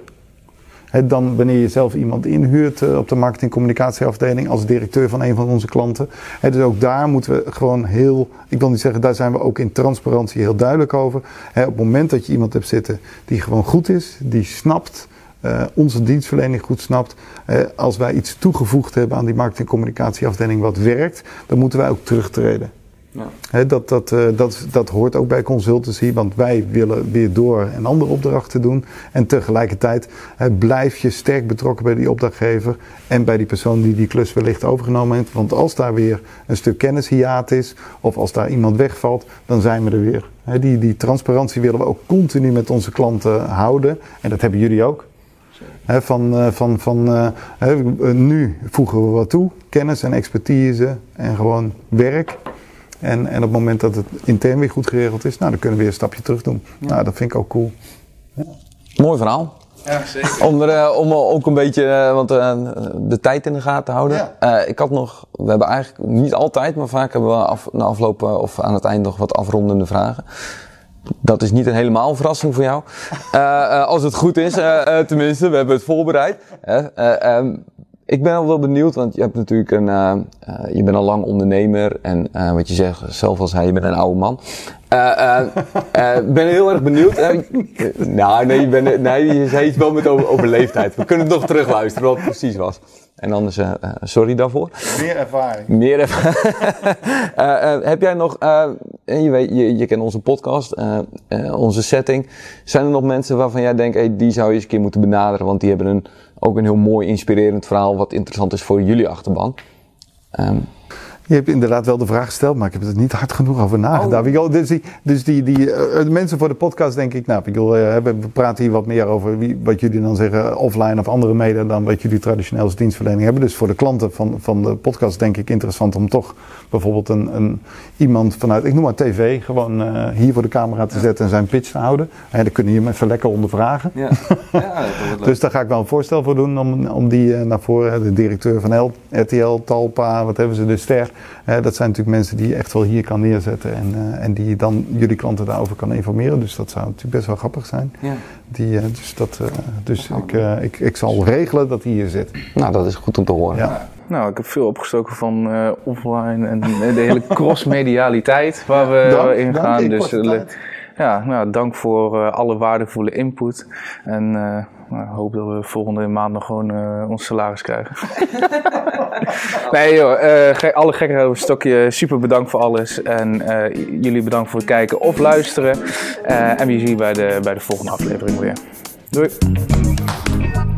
He, dan wanneer je zelf iemand inhuurt uh, op de marketing-communicatieafdeling als directeur van een van onze klanten. He, dus ook daar moeten we gewoon heel, ik wil niet zeggen, daar zijn we ook in transparantie heel duidelijk over. He, op het moment dat je iemand hebt zitten die gewoon goed is, die snapt, uh, onze dienstverlening goed snapt. Uh, als wij iets toegevoegd hebben aan die marketing-communicatieafdeling wat werkt, dan moeten wij ook terugtreden. Ja. He, dat, dat, uh, dat, dat hoort ook bij consultancy, want wij willen weer door een andere opdracht te doen. En tegelijkertijd he, blijf je sterk betrokken bij die opdrachtgever en bij die persoon die die klus wellicht overgenomen heeft. Want als daar weer een stuk kennishiaat is, of als daar iemand wegvalt, dan zijn we er weer. He, die, die transparantie willen we ook continu met onze klanten houden. En dat hebben jullie ook. He, van, uh, van, van, uh, he, nu voegen we wat toe, kennis en expertise en gewoon werk. En, en op het moment dat het intern weer goed geregeld is, nou, dan kunnen we weer een stapje terug doen. Ja. Nou, dat vind ik ook cool. Ja. Mooi verhaal. Ja, zeker. Om, er, uh, om ook een beetje uh, want, uh, de tijd in de gaten te houden. Ja. Uh, ik had nog, we hebben eigenlijk niet altijd, maar vaak hebben we af, na afloop uh, of aan het eind nog wat afrondende vragen. Dat is niet een helemaal een verrassing voor jou. Uh, uh, als het goed is, uh, uh, tenminste, we hebben het voorbereid. Uh, uh, um, Ik ben al wel benieuwd, want je hebt natuurlijk een, uh, uh, je bent al lang ondernemer en uh, wat je zegt, zelf als hij, je bent een oude man. Ik uh, uh, uh, ben heel erg benieuwd. Uh, nou, nee, je, bent, nee, je zei iets wel met over, over leeftijd. We kunnen het nog terugluisteren wat het precies was. En anders, uh, uh, sorry daarvoor. Meer ervaring. Meer ervaring. uh, uh, heb jij nog, uh, je weet, je, je kent onze podcast, uh, uh, onze setting. Zijn er nog mensen waarvan jij denkt, hey, die zou je eens een keer moeten benaderen, want die hebben een ook een heel mooi, inspirerend verhaal wat interessant is voor jullie achterban. Um. Je hebt inderdaad wel de vraag gesteld, maar ik heb er niet hard genoeg over nagedacht. Oh. Dus, die, dus die, die uh, mensen voor de podcast denk ik, nou, ik wil, uh, we praten hier wat meer over wie, wat jullie dan zeggen offline of andere media dan wat jullie traditioneel als dienstverlening hebben. Dus voor de klanten van, van de podcast denk ik interessant om toch bijvoorbeeld een, een iemand vanuit, ik noem maar tv, gewoon uh, hier voor de camera te zetten en zijn pitch te houden. En dan kunnen je hem even lekker ondervragen. Ja. Ja, dat wordt leuk. Dus daar ga ik wel een voorstel voor doen om, om die uh, naar voren, de directeur van L, R T L, Talpa, wat hebben ze, de Ster. Uh, dat zijn natuurlijk mensen die je echt wel hier kan neerzetten en, uh, en die dan jullie klanten daarover kan informeren. Dus dat zou natuurlijk best wel grappig zijn. Ja. Die, uh, dus dat, uh, dus ik, uh, ik, ik zal regelen dat hij hier zit. Nou, dat is goed om te horen. Ja. Nou, ik heb veel opgestoken van uh, offline en de hele cross-medialiteit waar we dank, in gaan. Dank, dus uh, ja, nou, dank voor uh, alle waardevolle input. En uh, nou, ik hoop dat we volgende maand nog gewoon uh, ons salaris krijgen. Nee joh, uh, ge- alle gekheid over een stokje. Super bedankt voor alles. En uh, jullie bedankt voor het kijken of luisteren. Uh, en we zien je bij de, bij de volgende aflevering weer. Doei!